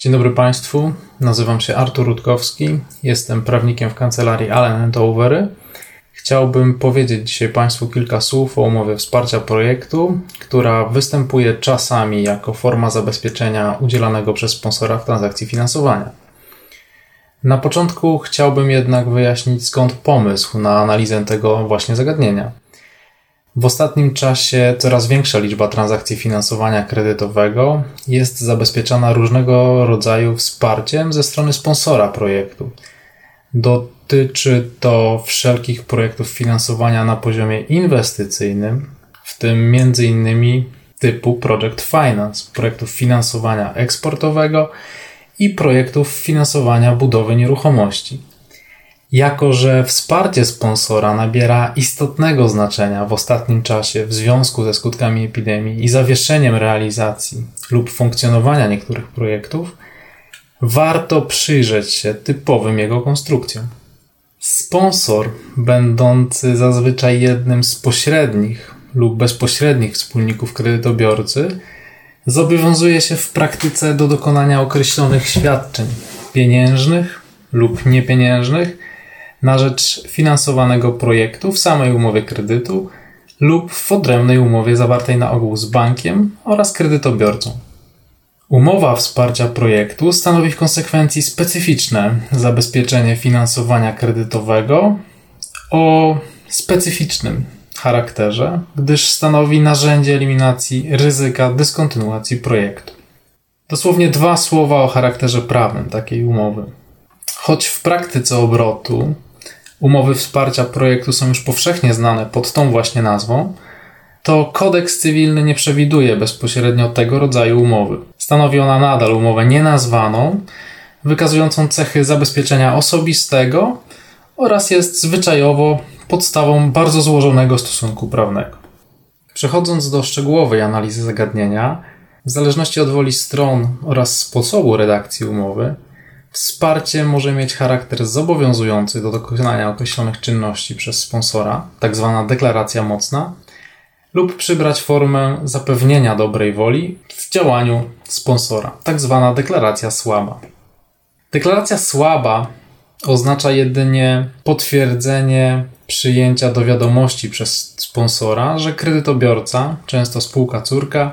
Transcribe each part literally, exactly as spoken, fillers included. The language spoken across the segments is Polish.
Dzień dobry Państwu, nazywam się Artur Rutkowski, jestem prawnikiem w kancelarii Allen and Overy. Chciałbym powiedzieć dzisiaj Państwu kilka słów o umowie wsparcia projektu, która występuje czasami jako forma zabezpieczenia udzielanego przez sponsora w transakcji finansowania. Na początku chciałbym jednak wyjaśnić, skąd pomysł na analizę tego właśnie zagadnienia. W ostatnim czasie coraz większa liczba transakcji finansowania kredytowego jest zabezpieczana różnego rodzaju wsparciem ze strony sponsora projektu. Dotyczy to wszelkich projektów finansowania na poziomie inwestycyjnym, w tym między innymi typu Project Finance, projektów finansowania eksportowego i projektów finansowania budowy nieruchomości. Jako że wsparcie sponsora nabiera istotnego znaczenia w ostatnim czasie w związku ze skutkami epidemii i zawieszeniem realizacji lub funkcjonowania niektórych projektów, warto przyjrzeć się typowym jego konstrukcjom. Sponsor, będący zazwyczaj jednym z pośrednich lub bezpośrednich wspólników kredytobiorcy, zobowiązuje się w praktyce do dokonania określonych świadczeń pieniężnych lub niepieniężnych na rzecz finansowanego projektu w samej umowie kredytu lub w odrębnej umowie zawartej na ogół z bankiem oraz kredytobiorcą. Umowa wsparcia projektu stanowi w konsekwencji specyficzne zabezpieczenie finansowania kredytowego o specyficznym charakterze, gdyż stanowi narzędzie eliminacji ryzyka dyskontynuacji projektu. Dosłownie dwa słowa o charakterze prawnym takiej umowy. Choć w praktyce obrotu umowy wsparcia projektu są już powszechnie znane pod tą właśnie nazwą, to kodeks cywilny nie przewiduje bezpośrednio tego rodzaju umowy. Stanowi ona nadal umowę nienazwaną, wykazującą cechy zabezpieczenia osobistego oraz jest zwyczajowo podstawą bardzo złożonego stosunku prawnego. Przechodząc do szczegółowej analizy zagadnienia, w zależności od woli stron oraz sposobu redakcji umowy, wsparcie może mieć charakter zobowiązujący do dokonania określonych czynności przez sponsora, tzw. deklaracja mocna, lub przybrać formę zapewnienia dobrej woli w działaniu sponsora, tzw. deklaracja słaba. Deklaracja słaba oznacza jedynie potwierdzenie przyjęcia do wiadomości przez sponsora, że kredytobiorca, często spółka córka,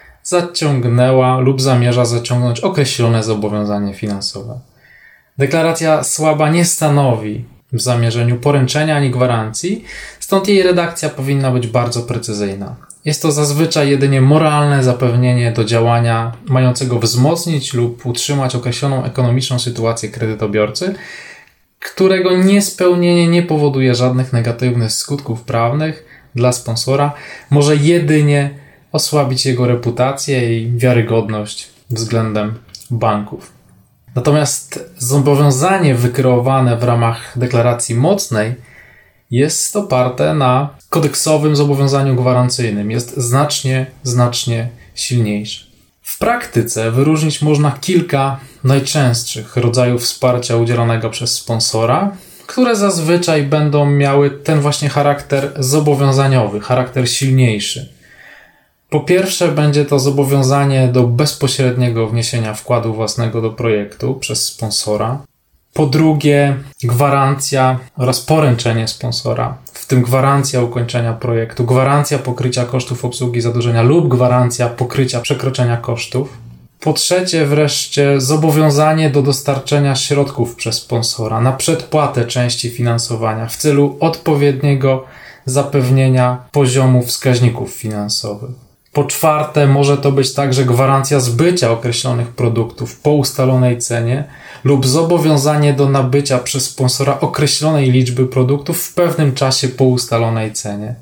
zaciągnęła lub zamierza zaciągnąć określone zobowiązanie finansowe. Deklaracja słaba nie stanowi w zamierzeniu poręczenia ani gwarancji, stąd jej redakcja powinna być bardzo precyzyjna. Jest to zazwyczaj jedynie moralne zapewnienie do działania mającego wzmocnić lub utrzymać określoną ekonomiczną sytuację kredytobiorcy, którego niespełnienie nie powoduje żadnych negatywnych skutków prawnych dla sponsora, może jedynie osłabić jego reputację i wiarygodność względem banków. Natomiast zobowiązanie wykreowane w ramach deklaracji mocnej jest oparte na kodeksowym zobowiązaniu gwarancyjnym. Jest znacznie, znacznie silniejsze. W praktyce wyróżnić można kilka najczęstszych rodzajów wsparcia udzielanego przez sponsora, które zazwyczaj będą miały ten właśnie charakter zobowiązaniowy, charakter silniejszy. Po pierwsze, będzie to zobowiązanie do bezpośredniego wniesienia wkładu własnego do projektu przez sponsora. Po drugie, gwarancja oraz poręczenie sponsora, w tym gwarancja ukończenia projektu, gwarancja pokrycia kosztów obsługi zadłużenia lub gwarancja pokrycia przekroczenia kosztów. Po trzecie, wreszcie, zobowiązanie do dostarczenia środków przez sponsora na przedpłatę części finansowania w celu odpowiedniego zapewnienia poziomu wskaźników finansowych. Po czwarte, może to być także gwarancja zbycia określonych produktów po ustalonej cenie lub zobowiązanie do nabycia przez sponsora określonej liczby produktów w pewnym czasie po ustalonej cenie.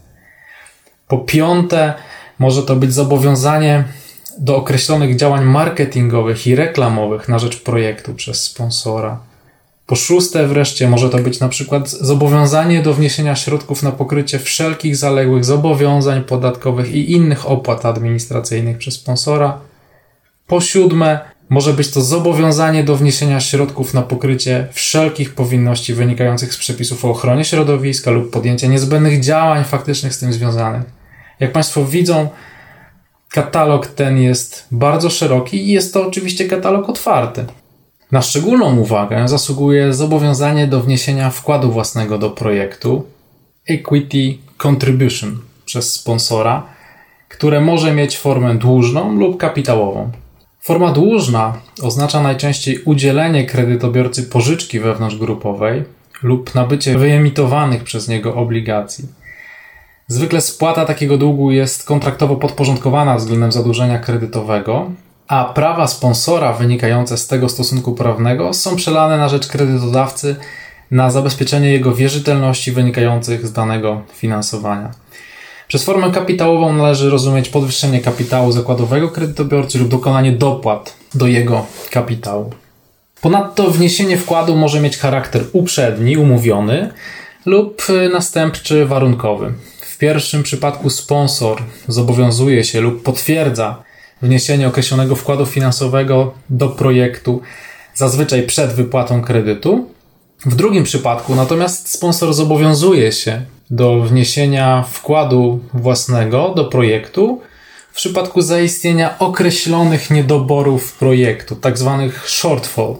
Po piąte, może to być zobowiązanie do określonych działań marketingowych i reklamowych na rzecz projektu przez sponsora. Po szóste wreszcie może to być na przykład zobowiązanie do wniesienia środków na pokrycie wszelkich zaległych zobowiązań podatkowych i innych opłat administracyjnych przez sponsora. Po siódme może być to zobowiązanie do wniesienia środków na pokrycie wszelkich powinności wynikających z przepisów o ochronie środowiska lub podjęcie niezbędnych działań faktycznych z tym związanych. Jak Państwo widzą, Katalog ten jest bardzo szeroki i jest to oczywiście katalog otwarty. Na szczególną uwagę zasługuje zobowiązanie do wniesienia wkładu własnego do projektu Equity Contribution przez sponsora, które może mieć formę dłużną lub kapitałową. Forma dłużna oznacza najczęściej udzielenie kredytobiorcy pożyczki wewnątrzgrupowej lub nabycie wyemitowanych przez niego obligacji. Zwykle spłata takiego długu jest kontraktowo podporządkowana względem zadłużenia kredytowego, a prawa sponsora wynikające z tego stosunku prawnego są przelane na rzecz kredytodawcy na zabezpieczenie jego wierzytelności wynikających z danego finansowania. Przez formę kapitałową należy rozumieć podwyższenie kapitału zakładowego kredytobiorcy lub dokonanie dopłat do jego kapitału. Ponadto wniesienie wkładu może mieć charakter uprzedni, umówiony lub następczy, warunkowy. W pierwszym przypadku sponsor zobowiązuje się lub potwierdza wniesienie określonego wkładu finansowego do projektu, zazwyczaj przed wypłatą kredytu. W drugim przypadku natomiast sponsor zobowiązuje się do wniesienia wkładu własnego do projektu w przypadku zaistnienia określonych niedoborów projektu, tzw. shortfall.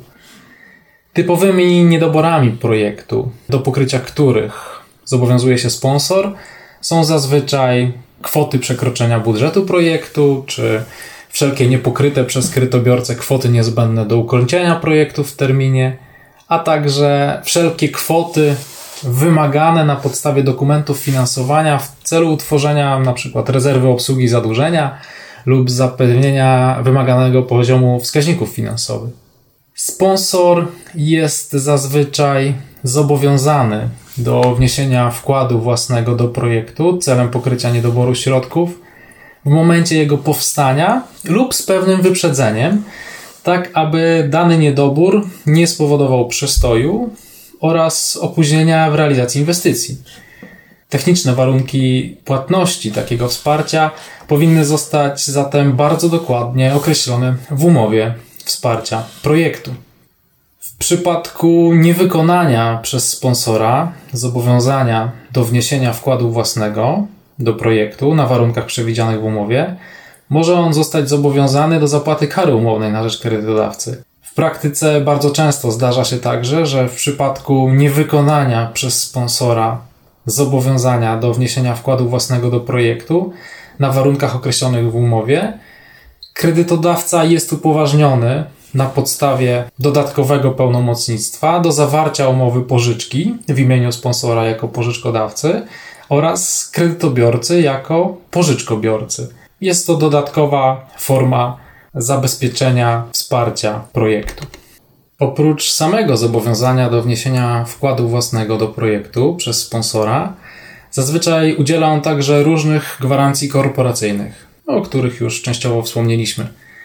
Typowymi niedoborami projektu, do pokrycia których zobowiązuje się sponsor, są zazwyczaj kwoty przekroczenia budżetu projektu, czy wszelkie niepokryte przez kredytobiorcę kwoty niezbędne do ukończenia projektu w terminie, a także wszelkie kwoty wymagane na podstawie dokumentów finansowania w celu utworzenia np. rezerwy obsługi zadłużenia lub zapewnienia wymaganego poziomu wskaźników finansowych. Sponsor jest zazwyczaj zobowiązany do wniesienia wkładu własnego do projektu celem pokrycia niedoboru środków w momencie jego powstania lub z pewnym wyprzedzeniem, tak aby dany niedobór nie spowodował przestoju oraz opóźnienia w realizacji inwestycji. Techniczne warunki płatności takiego wsparcia powinny zostać zatem bardzo dokładnie określone w umowie wsparcia projektu. W przypadku niewykonania przez sponsora zobowiązania do wniesienia wkładu własnego do projektu na warunkach przewidzianych w umowie, może on zostać zobowiązany do zapłaty kary umownej na rzecz kredytodawcy. W praktyce bardzo często zdarza się także, że w przypadku niewykonania przez sponsora zobowiązania do wniesienia wkładu własnego do projektu na warunkach określonych w umowie, kredytodawca jest upoważniony na podstawie dodatkowego pełnomocnictwa do zawarcia umowy pożyczki w imieniu sponsora jako pożyczkodawcy oraz kredytobiorcy jako pożyczkobiorcy. Jest to dodatkowa forma zabezpieczenia wsparcia projektu. Oprócz samego zobowiązania do wniesienia wkładu własnego do projektu przez sponsora, zazwyczaj udziela on także różnych gwarancji korporacyjnych, o których już częściowo wspomnieliśmy.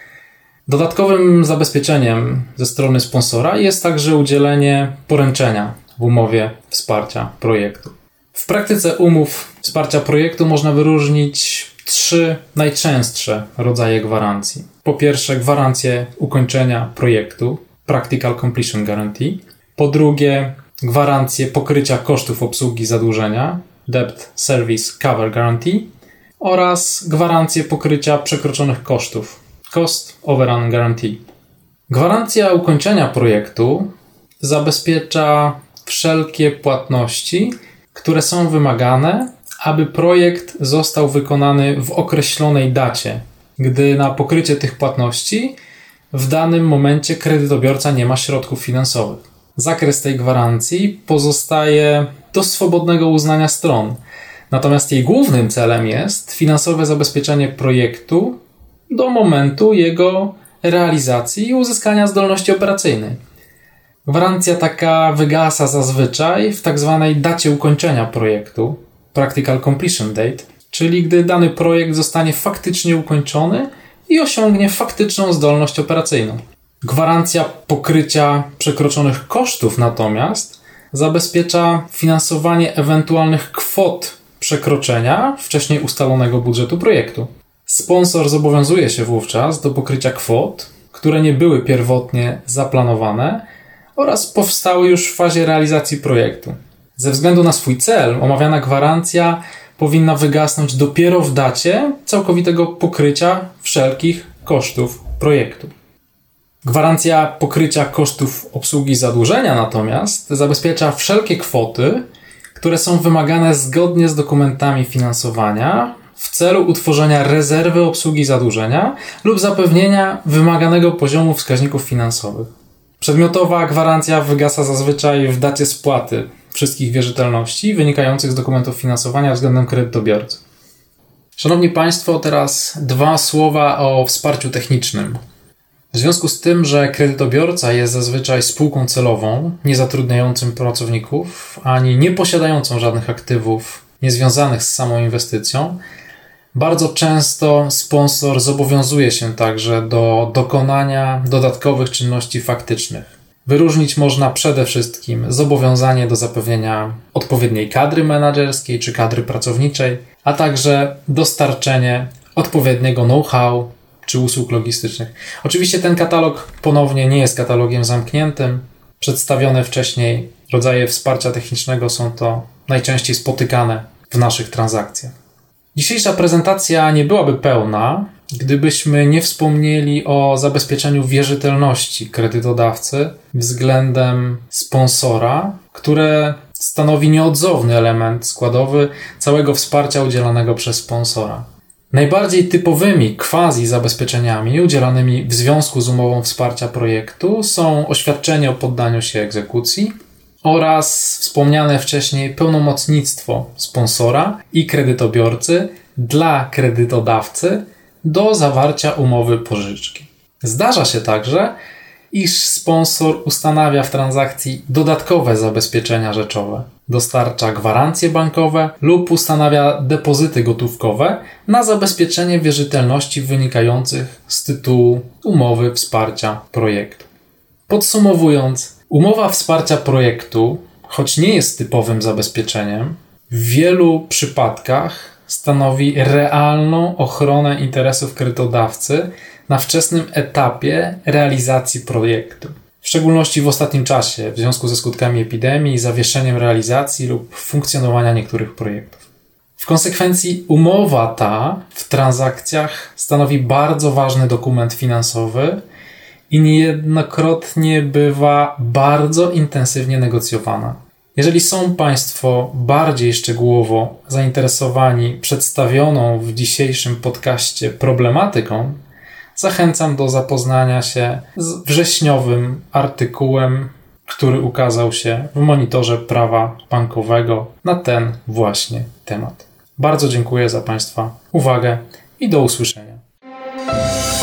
Dodatkowym zabezpieczeniem ze strony sponsora jest także udzielenie poręczenia w umowie wsparcia projektu. W praktyce umów wsparcia projektu można wyróżnić trzy najczęstsze rodzaje gwarancji. Po pierwsze, gwarancję ukończenia projektu, Practical Completion Guarantee. Po drugie, gwarancję pokrycia kosztów obsługi zadłużenia, Debt Service Cover Guarantee. Oraz gwarancję pokrycia przekroczonych kosztów, Cost Overrun Guarantee. Gwarancja ukończenia projektu zabezpiecza wszelkie płatności, które są wymagane, aby projekt został wykonany w określonej dacie, gdy na pokrycie tych płatności w danym momencie kredytobiorca nie ma środków finansowych. Zakres tej gwarancji pozostaje do swobodnego uznania stron, natomiast jej głównym celem jest finansowe zabezpieczenie projektu do momentu jego realizacji i uzyskania zdolności operacyjnej. Gwarancja taka wygasa zazwyczaj w tak zwanej dacie ukończenia projektu, Practical Completion Date, czyli gdy dany projekt zostanie faktycznie ukończony i osiągnie faktyczną zdolność operacyjną. Gwarancja pokrycia przekroczonych kosztów natomiast zabezpiecza finansowanie ewentualnych kwot przekroczenia wcześniej ustalonego budżetu projektu. Sponsor zobowiązuje się wówczas do pokrycia kwot, które nie były pierwotnie zaplanowane oraz powstały już w fazie realizacji projektu. Ze względu na swój cel omawiana gwarancja powinna wygasnąć dopiero w dacie całkowitego pokrycia wszelkich kosztów projektu. Gwarancja pokrycia kosztów obsługi zadłużenia natomiast zabezpiecza wszelkie kwoty, które są wymagane zgodnie z dokumentami finansowania w celu utworzenia rezerwy obsługi zadłużenia lub zapewnienia wymaganego poziomu wskaźników finansowych. Przedmiotowa gwarancja wygasa zazwyczaj w dacie spłaty wszystkich wierzytelności wynikających z dokumentów finansowania względem kredytobiorcy. Szanowni Państwo, teraz dwa słowa o wsparciu technicznym. W związku z tym, że kredytobiorca jest zazwyczaj spółką celową, nie zatrudniającym pracowników, ani nie posiadającą żadnych aktywów niezwiązanych z samą inwestycją, bardzo często sponsor zobowiązuje się także do dokonania dodatkowych czynności faktycznych. Wyróżnić można przede wszystkim zobowiązanie do zapewnienia odpowiedniej kadry menedżerskiej czy kadry pracowniczej, a także dostarczenie odpowiedniego know-how czy usług logistycznych. Oczywiście ten katalog ponownie nie jest katalogiem zamkniętym. Przedstawione wcześniej rodzaje wsparcia technicznego są to najczęściej spotykane w naszych transakcjach. Dzisiejsza prezentacja nie byłaby pełna, gdybyśmy nie wspomnieli o zabezpieczeniu wierzytelności kredytodawcy względem sponsora, które stanowi nieodzowny element składowy całego wsparcia udzielanego przez sponsora. Najbardziej typowymi quasi-zabezpieczeniami udzielanymi w związku z umową wsparcia projektu są oświadczenie o poddaniu się egzekucji oraz wspomniane wcześniej pełnomocnictwo sponsora i kredytobiorcy dla kredytodawcy do zawarcia umowy pożyczki. Zdarza się także, iż sponsor ustanawia w transakcji dodatkowe zabezpieczenia rzeczowe, dostarcza gwarancje bankowe lub ustanawia depozyty gotówkowe na zabezpieczenie wierzytelności wynikających z tytułu umowy wsparcia projektu. Podsumowując, umowa wsparcia projektu, choć nie jest typowym zabezpieczeniem, w wielu przypadkach stanowi realną ochronę interesów kredytodawcy na wczesnym etapie realizacji projektu. W szczególności w ostatnim czasie, w związku ze skutkami epidemii i zawieszeniem realizacji lub funkcjonowania niektórych projektów. W konsekwencji umowa ta w transakcjach stanowi bardzo ważny dokument finansowy i niejednokrotnie bywa bardzo intensywnie negocjowana. Jeżeli są Państwo bardziej szczegółowo zainteresowani przedstawioną w dzisiejszym podcaście problematyką, zachęcam do zapoznania się z wrześniowym artykułem, który ukazał się w Monitorze Prawa Bankowego na ten właśnie temat. Bardzo dziękuję za Państwa uwagę i do usłyszenia.